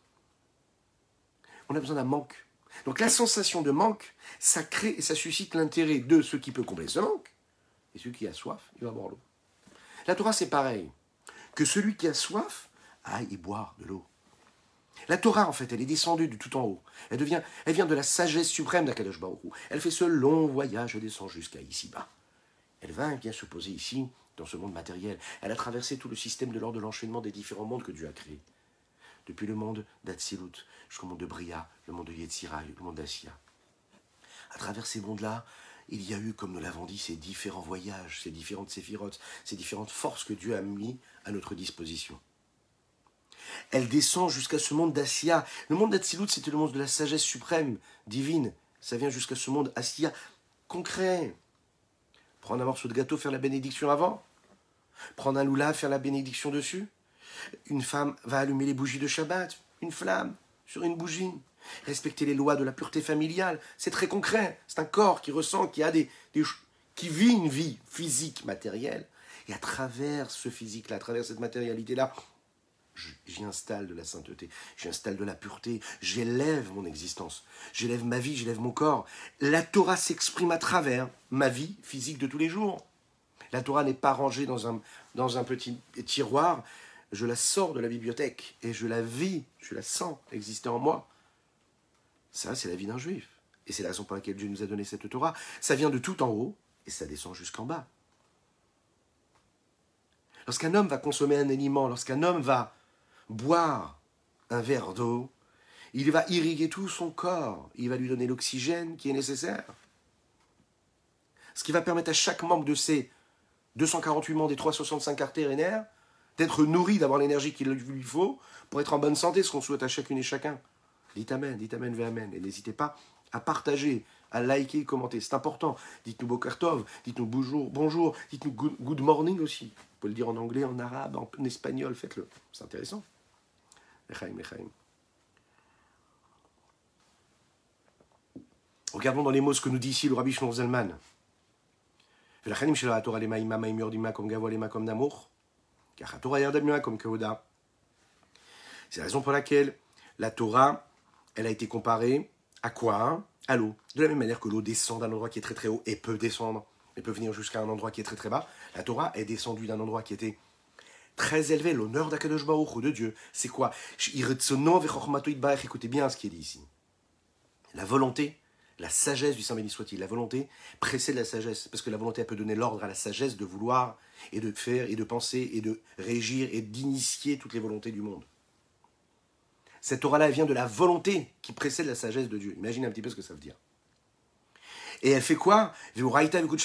On a besoin d'un manque. Donc la sensation de manque, ça crée et ça suscite l'intérêt de ceux qui peuvent combler ce manque. Et celui qui a soif, il va boire l'eau. La Torah, c'est pareil. Que celui qui a soif aille y boire de l'eau. La Torah, en fait, elle est descendue de tout en haut. Elle vient de la sagesse suprême d'Akadosh Baruch Hu. Elle fait ce long voyage, elle descend jusqu'à ici-bas. Elle vient se poser ici, dans ce monde matériel. Elle a traversé tout le système de l'ordre de l'enchaînement des différents mondes que Dieu a créés. Depuis le monde d'Atsilut jusqu'au monde de Bria, le monde de Yetzira, le monde d'Assia. À travers ces mondes-là, il y a eu, comme nous l'avons dit, ces différents voyages, ces différentes séphirotes, ces différentes forces que Dieu a mis à notre disposition. Elle descend jusqu'à ce monde d'Assia. Le monde d'Atsilut, c'était le monde de la sagesse suprême, divine. Ça vient jusqu'à ce monde Assia, concret. Prendre un morceau de gâteau, faire la bénédiction avant. Prendre un loulav, faire la bénédiction dessus. Une femme va allumer les bougies de Shabbat, une flamme sur une bougie. Respecter les lois de la pureté familiale, c'est très concret. C'est un corps qui ressent, qui vit une vie physique, matérielle. Et à travers ce physique-là, à travers cette matérialité-là, j'y installe de la sainteté, j'y installe de la pureté, j'élève mon existence, j'élève ma vie, j'élève mon corps. La Torah s'exprime à travers ma vie physique de tous les jours. La Torah n'est pas rangée dans un petit tiroir. Je la sors de la bibliothèque et je la vis, je la sens exister en moi. Ça, c'est la vie d'un juif. Et c'est la raison pour laquelle Dieu nous a donné cette Torah. Ça vient de tout en haut et ça descend jusqu'en bas. Lorsqu'un homme va consommer un aliment, lorsqu'un homme va boire un verre d'eau, il va irriguer tout son corps, il va lui donner l'oxygène qui est nécessaire. Ce qui va permettre à chaque membre de ces 248 membres des 365 artères et nerfs d'être nourri, d'avoir l'énergie qu'il lui faut pour être en bonne santé, ce qu'on souhaite à chacune et chacun. Dites Amen, ve Amen. Et n'hésitez pas à partager, à liker, commenter. C'est important. Dites-nous Boker Tov, dites-nous bonjour, dites-nous good morning aussi. Vous pouvez le dire en anglais, en arabe, en espagnol, faites-le. C'est intéressant. Lechaim. Regardons dans les mots ce que nous dit ici le Rabbi Shlomo Zalman. C'est la raison pour laquelle la Torah, elle a été comparée à quoi? À l'eau. De la même manière que l'eau descend d'un endroit qui est très très haut et peut descendre, et peut venir jusqu'à un endroit qui est très très bas, la Torah est descendue d'un endroit qui était très élevé. L'honneur d'Akadosh Baruch Hu, de Dieu, c'est quoi? Écoutez bien ce qui est dit ici. La volonté, la sagesse du Saint béni soit-il, la volonté précède la sagesse, parce que la volonté elle peut donner l'ordre à la sagesse de vouloir et de faire et de penser et de régir et d'initier toutes les volontés du monde. Cette Torah-là vient de la volonté qui précède la sagesse de Dieu. Imaginez un petit peu ce que ça veut dire. Et elle fait quoi? Et on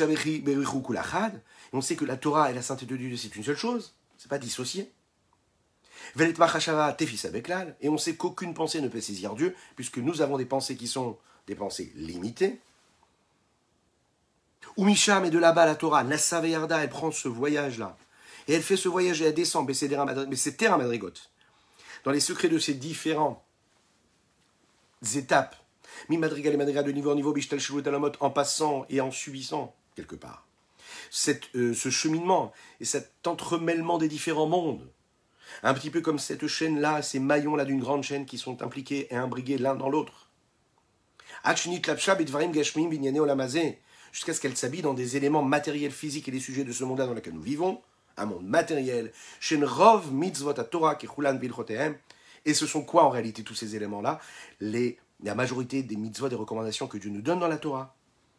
sait que la Torah et la sainteté de Dieu, c'est une seule chose, c'est pas dissocié. Et on sait qu'aucune pensée ne peut saisir Dieu, puisque nous avons des pensées qui sont des pensées limitées. Umisham, et de là-bas, la Torah, Nassave Yarda, elle prend ce voyage-là. Et elle fait ce voyage et elle descend, mais c'est terre à Madrigot. Dans les secrets de ces différentes étapes, mi madrigal et madrigal de niveau en niveau, bishtal shilut alamot, en passant et en subissant, quelque part, ce cheminement et cet entremêlement des différents mondes, un petit peu comme cette chaîne-là, ces maillons-là d'une grande chaîne qui sont impliqués et imbriqués l'un dans l'autre. Jusqu'à ce qu'elle s'habille dans des éléments matériels, physiques et des sujets de ce monde-là dans lequel nous vivons, un monde matériel, Shenrov mitzvot Torah kechulan bilchotehem. Et ce sont quoi en réalité tous ces éléments-là? La majorité des mitzvot, des recommandations que Dieu nous donne dans la Torah.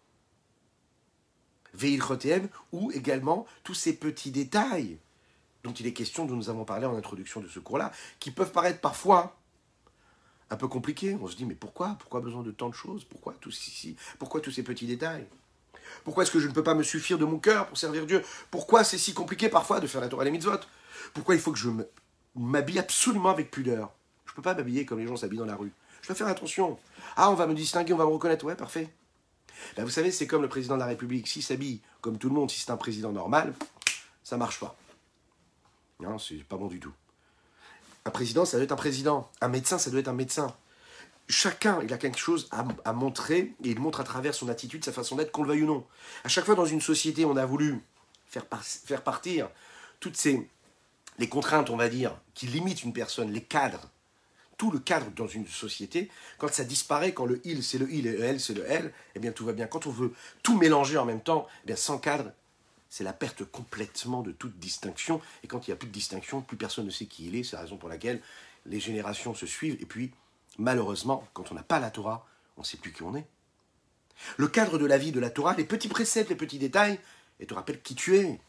Veilchotehem, ou également tous ces petits détails dont il est question, dont nous avons parlé en introduction de ce cours-là, qui peuvent paraître parfois un peu compliqués. On se dit, mais pourquoi besoin de tant de choses? Pourquoi tous ces petits détails? Pourquoi est-ce que je ne peux pas me suffire de mon cœur pour servir Dieu? Pourquoi c'est si compliqué parfois de faire la Torah et les mitzvot? Pourquoi il faut que je m'habille absolument avec pudeur? Je ne peux pas m'habiller comme les gens s'habillent dans la rue. Je dois faire attention. Ah, on va me distinguer, on va me reconnaître. Ouais, parfait. Ben, vous savez, c'est comme le président de la République. S'il s'habille comme tout le monde, si c'est un président normal, ça ne marche pas. Non, c'est pas bon du tout. Un président, ça doit être un président. Un médecin, ça doit être un médecin. Chacun, il a quelque chose à montrer, et il montre à travers son attitude, sa façon d'être, qu'on le veuille ou non. À chaque fois dans une société, on a voulu faire partir toutes les contraintes, on va dire, qui limitent une personne, les cadres. Tout le cadre dans une société, quand ça disparaît, quand le il c'est le il et le elle c'est le elle, eh bien tout va bien. Quand on veut tout mélanger en même temps, eh bien sans cadre, c'est la perte complètement de toute distinction. Et quand il n'y a plus de distinction, plus personne ne sait qui il est. C'est la raison pour laquelle les générations se suivent. Et puis, malheureusement, quand on n'a pas la Torah, on ne sait plus qui on est. Le cadre de la vie de la Torah, les petits préceptes, les petits détails, et te rappelle qui tu es.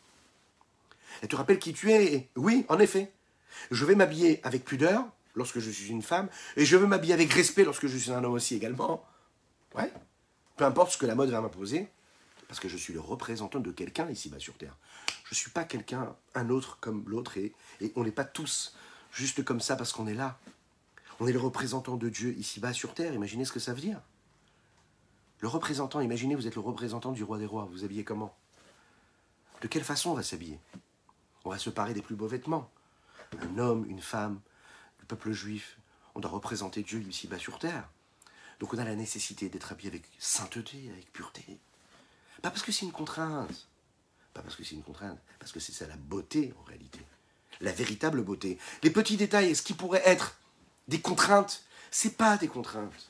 Et te rappelle qui tu es. Et oui, en effet, je vais m'habiller avec pudeur lorsque je suis une femme, et je veux m'habiller avec respect lorsque je suis un homme aussi également. Ouais. Peu importe ce que la mode va m'imposer, parce que je suis le représentant de quelqu'un ici-bas sur Terre. Je ne suis pas quelqu'un, un autre comme l'autre, et on n'est pas tous juste comme ça parce qu'on est là. On est le représentant de Dieu ici-bas sur Terre. Imaginez ce que ça veut dire. Le représentant, imaginez, vous êtes le représentant du roi des rois. Vous habillez comment? De quelle façon on va s'habiller? On va se parer des plus beaux vêtements. Un homme, une femme, le peuple juif, on doit représenter Dieu ici-bas sur Terre. Donc on a la nécessité d'être habillé avec sainteté, avec pureté. Pas parce que c'est une contrainte. Pas parce que c'est une contrainte. Parce que c'est ça la beauté en réalité. La véritable beauté. Les petits détails, ce qui pourrait être des contraintes, c'est pas des contraintes.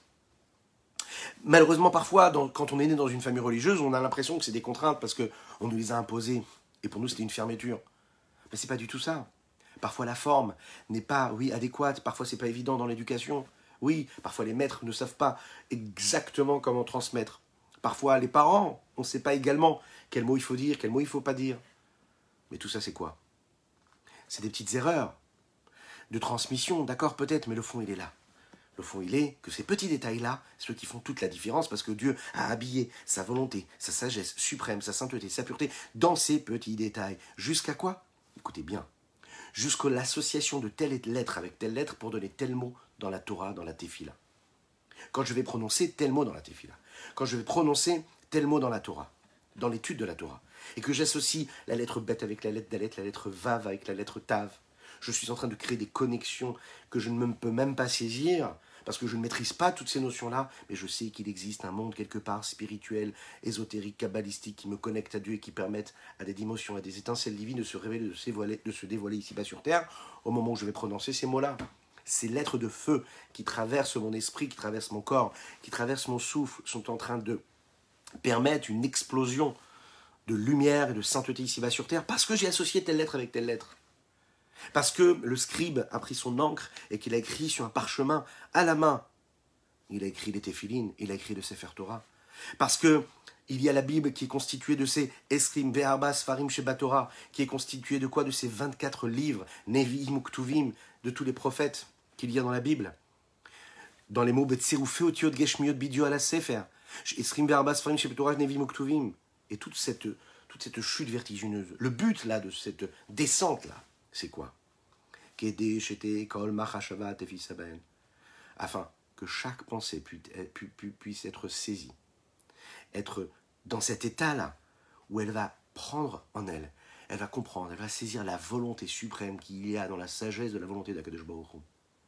Malheureusement, parfois, quand on est né dans une famille religieuse, on a l'impression que c'est des contraintes parce qu'on nous les a imposées Et pour nous, c'était une fermeture. Mais c'est pas du tout ça. Parfois, la forme n'est pas, oui, adéquate. Parfois, c'est pas évident dans l'éducation. Oui, parfois, les maîtres ne savent pas exactement comment transmettre. Parfois, les parents, on ne sait pas également quel mot il faut dire, quel mot il ne faut pas dire. Mais tout ça, c'est quoi? C'est des petites erreurs de transmission, d'accord, peut-être, mais le fond, il est là. Le fond, il est que ces petits détails-là, ceux qui font toute la différence, parce que Dieu a habillé sa volonté, sa sagesse suprême, sa sainteté, sa pureté, dans ces petits détails. Jusqu'à quoi? Écoutez bien. Jusqu'à l'association de telle lettre avec telle lettre pour donner tel mot dans la Torah, dans la Tefila. Quand je vais prononcer tel mot dans la Tefila, quand je vais prononcer tel mot dans la Torah, dans l'étude de la Torah, et que j'associe la lettre Bet avec la lettre Dalet, la lettre Vav avec la lettre Tav, je suis en train de créer des connexions que je ne peux même pas saisir, parce que je ne maîtrise pas toutes ces notions-là, mais je sais qu'il existe un monde quelque part spirituel, ésotérique, kabbalistique, qui me connecte à Dieu et qui permettent à des dimensions, à des étincelles divines de se révéler, de se dévoiler ici-bas sur Terre, au moment où je vais prononcer ces mots-là. Ces lettres de feu qui traversent mon esprit, qui traversent mon corps, qui traversent mon souffle, sont en train de permettre une explosion de lumière et de sainteté ici-bas sur Terre, parce que j'ai associé telle lettre avec telle lettre. Parce que le scribe a pris son encre et qu'il a écrit sur un parchemin à la main. Il a écrit les Téphilines, il a écrit le Sefer Torah. Parce que il y a la Bible qui est constituée de ces Esrim, Ve'arba, Sfarim, Sheba Torah, qui est constituée de quoi? De ces 24 livres, Nevi'im, Uktuvim, de tous les prophètes qu'il y a dans la Bible. Dans les mots Betserufé, Otiot, Geshmiot, Bidio, ala Sefer, Esrim, Ve'arba, Sfarim, Sheba Torah, Nevi'im, Uktuvim. Et toute cette chute vertigineuse. Le but, là, de cette descente-là, c'est quoi? Afin que chaque pensée puisse être saisie, être dans cet état-là où elle va prendre en elle, elle va comprendre, elle va saisir la volonté suprême qu'il y a dans la sagesse de la volonté d'Akadosh Baruch Hu.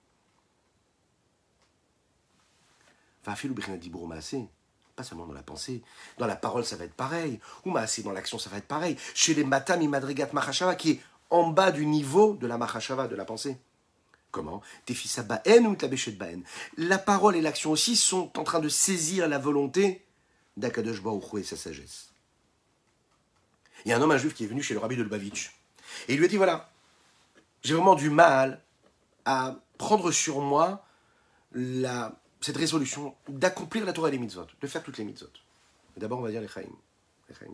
Pas seulement dans la pensée, dans la parole ça va être pareil, ou dans l'action ça va être pareil. Chez les matam imadrigat machashava qui est en bas du niveau de la machashava, de la pensée. Comment? Tefisa ba'en ou tabeshet ba'en. La parole et l'action aussi sont en train de saisir la volonté d'Akadosh Baruch Hu et sa sagesse. Il y a un juif qui est venu chez le rabbi de Lubavitch et il lui a dit voilà, j'ai vraiment du mal à prendre sur moi cette résolution d'accomplir la Torah et les mitzvot, de faire toutes les mitzvot. Mais d'abord on va dire les chaim. Les chaim.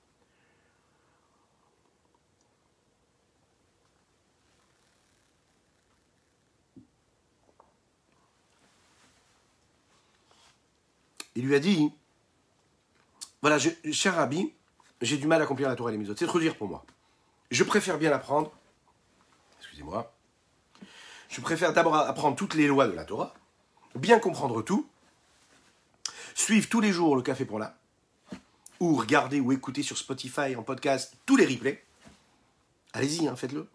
Il lui a dit, voilà, cher Rabbi, j'ai du mal à accomplir la Torah et les mitzvot. C'est trop dur pour moi. Je préfère bien l'apprendre. Excusez-moi. Je préfère d'abord apprendre toutes les lois de la Torah, bien comprendre tout, suivre tous les jours le café pour là, ou regarder ou écouter sur Spotify en podcast tous les replays. Allez-y, faites-le.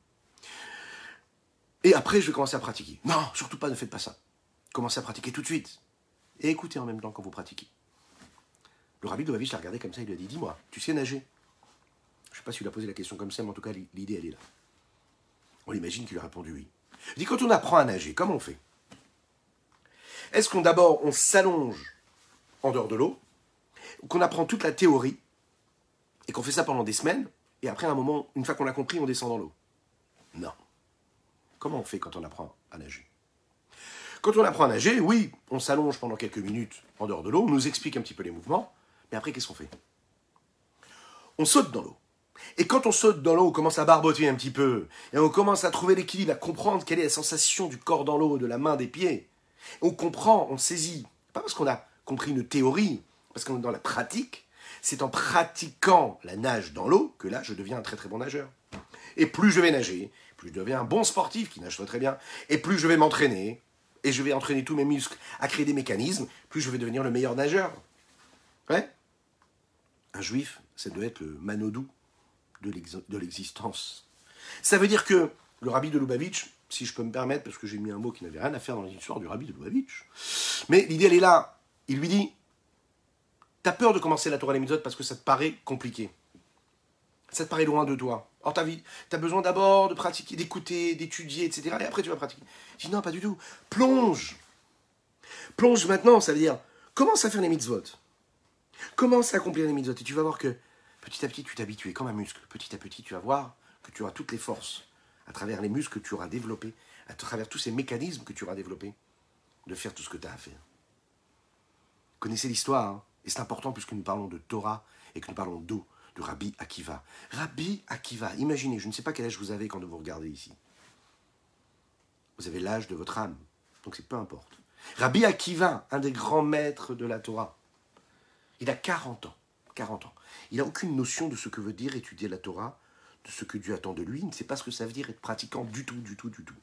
Et après, je vais commencer à pratiquer. Non, surtout pas, ne faites pas ça. Commencez à pratiquer tout de suite. Et écoutez en même temps quand vous pratiquez. Le rabbi de Lubavitch l'a regardé comme ça, il lui a dit, dis-moi, tu sais nager? Je ne sais pas s'il a posé la question comme ça, mais en tout cas, l'idée, elle est là. On imagine qu'il a répondu oui. Il dit, quand on apprend à nager, comment on fait? Est-ce qu'on d'abord, on s'allonge en dehors de l'eau, ou qu'on apprend toute la théorie, et qu'on fait ça pendant des semaines, et après, à un moment, une fois qu'on l'a compris, on descend dans l'eau? Non. Comment on fait quand on apprend à nager? Quand on apprend à nager, oui, on s'allonge pendant quelques minutes en dehors de l'eau, on nous explique un petit peu les mouvements, mais après, qu'est-ce qu'on fait? On saute dans l'eau. Et quand on saute dans l'eau, on commence à barboter un petit peu, et on commence à trouver l'équilibre, à comprendre quelle est la sensation du corps dans l'eau, de la main, des pieds. On comprend, on saisit. Pas parce qu'on a compris une théorie, parce qu'on est dans la pratique. C'est en pratiquant la nage dans l'eau que là, je deviens un très très bon nageur. Et plus je vais nager, plus je deviens un bon sportif qui nage très très bien, et plus je vais m'entraîner, et je vais entraîner tous mes muscles à créer des mécanismes, plus je vais devenir le meilleur nageur. Ouais. Un juif, ça doit être le manodou de l'existence. Ça veut dire que le rabbi de Lubavitch, si je peux me permettre, parce que j'ai mis un mot qui n'avait rien à faire dans l'histoire du rabbi de Lubavitch, mais l'idée elle est là, il lui dit, t'as peur de commencer la Torah et les mitzvot parce que ça te paraît compliqué. Ça te paraît loin de toi. Or, t'as besoin d'abord de pratiquer, d'écouter, d'étudier, etc. Et après, tu vas pratiquer. Je dis non, pas du tout. Plonge. Plonge maintenant, ça veut dire, commence à faire les mitzvot. Commence à accomplir les mitzvot. Et tu vas voir que Petit à petit, tu t'habitues comme un muscle. Petit à petit, tu vas voir que tu auras toutes les forces, à travers les muscles que tu auras développés, à travers tous ces mécanismes que tu auras développés, de faire tout ce que tu as à faire. Vous connaissez l'histoire, hein, et c'est important puisque nous parlons de Torah et que nous parlons d'eau, de Rabbi Akiva. Rabbi Akiva, imaginez, je ne sais pas quel âge vous avez quand vous regardez ici. Vous avez l'âge de votre âme, donc c'est peu importe. Rabbi Akiva, un des grands maîtres de la Torah, il a 40 ans. 40 ans. Il n'a aucune notion de ce que veut dire étudier la Torah, de ce que Dieu attend de lui. Il ne sait pas ce que ça veut dire être pratiquant du tout, du tout, du tout.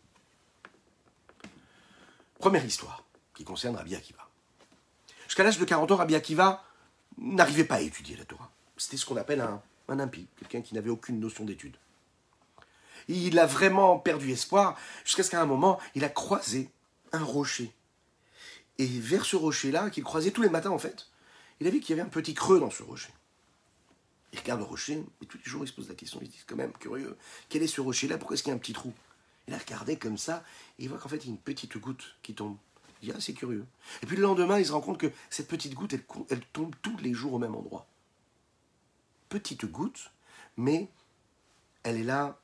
Première histoire qui concerne Rabbi Akiva. Jusqu'à l'âge de 40 ans, Rabbi Akiva n'arrivait pas à étudier la Torah. C'était ce qu'on appelle un impie, quelqu'un qui n'avait aucune notion d'étude. Il a vraiment perdu espoir jusqu'à ce qu'à un moment, il a croisé un rocher. Et vers ce rocher-là, qu'il croisait tous les matins en fait, il a vu qu'il y avait un petit creux dans ce rocher. Il regarde le rocher, et tous les jours il se pose la question, il se dit quand même curieux, quel est ce rocher-là, pourquoi est-ce qu'il y a un petit trou? Il a regardé comme ça, et il voit qu'en fait il y a une petite goutte qui tombe. Il dit, ah c'est curieux. Et puis le lendemain, il se rend compte que cette petite goutte, elle tombe tous les jours au même endroit. Petite goutte, mais elle est là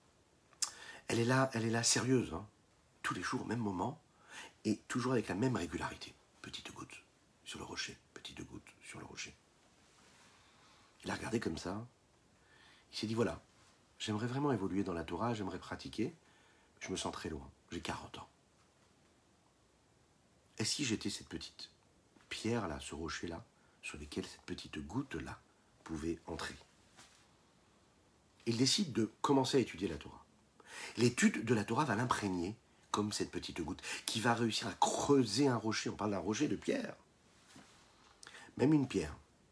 sérieuse, hein. Tous les jours au même moment, et toujours avec la même régularité. Petite goutte sur le rocher, petite goutte sur le rocher. Il a regardé comme ça, il s'est dit voilà, j'aimerais vraiment évoluer dans la Torah, j'aimerais pratiquer, je me sens très loin, j'ai 40 ans. Et si j'étais cette petite pierre-là, ce rocher-là, sur lequel cette petite goutte-là pouvait entrer? Il décide de commencer à étudier la Torah. L'étude de la Torah va l'imprégner comme cette petite goutte, qui va réussir à creuser un rocher. On parle d'un rocher de pierre. Même une pierre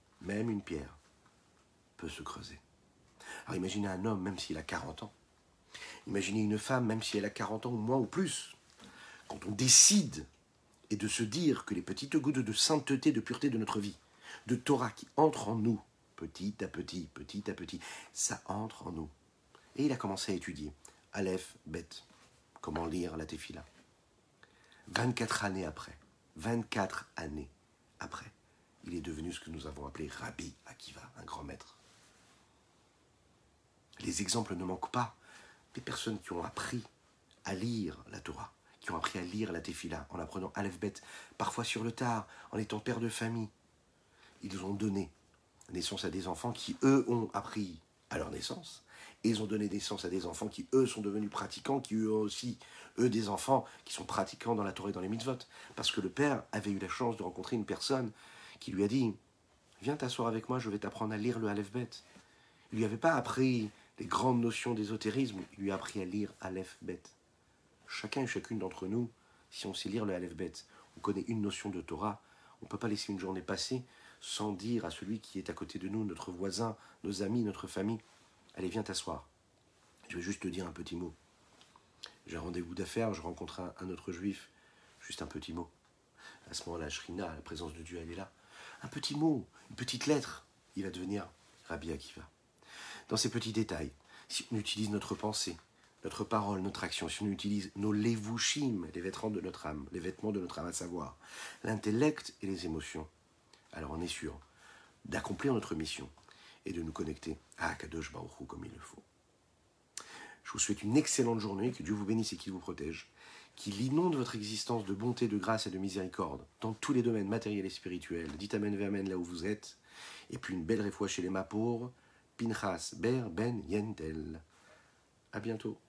peut se creuser. Alors imaginez un homme, même s'il a 40 ans. Imaginez une femme, même si elle a 40 ans ou moins ou plus. Quand on décide et de se dire que les petites gouttes de sainteté, de pureté de notre vie, de Torah qui entrent en nous, petit à petit, ça entre en nous. Et il a commencé à étudier. Aleph, Bet, comment lire la Tefila. 24 années après, il est devenu ce que nous avons appelé Rabbi Akiva, un grand maître. Les exemples ne manquent pas. Des personnes qui ont appris à lire la Torah, qui ont appris à lire la Tefila, en apprenant Aleph Bet, parfois sur le tard, en étant père de famille. Ils ont donné naissance à des enfants qui, eux, ont appris à leur naissance. Et ils ont donné naissance à des enfants qui, eux, sont devenus pratiquants, qui, eux aussi, des enfants qui sont pratiquants dans la Torah et dans les mitzvot. Parce que le père avait eu la chance de rencontrer une personne qui lui a dit « Viens t'asseoir avec moi, je vais t'apprendre à lire le Aleph Bet ». Il lui avait pas appris les grandes notions d'ésotérisme, il lui a appris à lire Aleph Bet. Chacun et chacune d'entre nous, si on sait lire le Aleph Bet, on connaît une notion de Torah, on ne peut pas laisser une journée passer sans dire à celui qui est à côté de nous, notre voisin, nos amis, notre famille, allez, viens t'asseoir. Je vais juste te dire un petit mot. J'ai un rendez-vous d'affaires, je rencontre un autre juif, juste un petit mot. À ce moment-là, Shrina, la présence de Dieu, elle est là. Un petit mot, une petite lettre, il va devenir Rabbi Akiva. Dans ces petits détails, si on utilise notre pensée, notre parole, notre action, si on utilise nos levushim, les vêtements de notre âme, à savoir l'intellect et les émotions, alors on est sûr d'accomplir notre mission et de nous connecter à Akadosh Baruch Hu comme il le faut. Je vous souhaite une excellente journée, que Dieu vous bénisse et qu'il vous protège, qu'il inonde votre existence de bonté, de grâce et de miséricorde dans tous les domaines matériels et spirituels. Dites Amen Amen là où vous êtes. Et puis une belle réfoua chez les Mapour, Pinchas Ber Ben Yentel. À bientôt.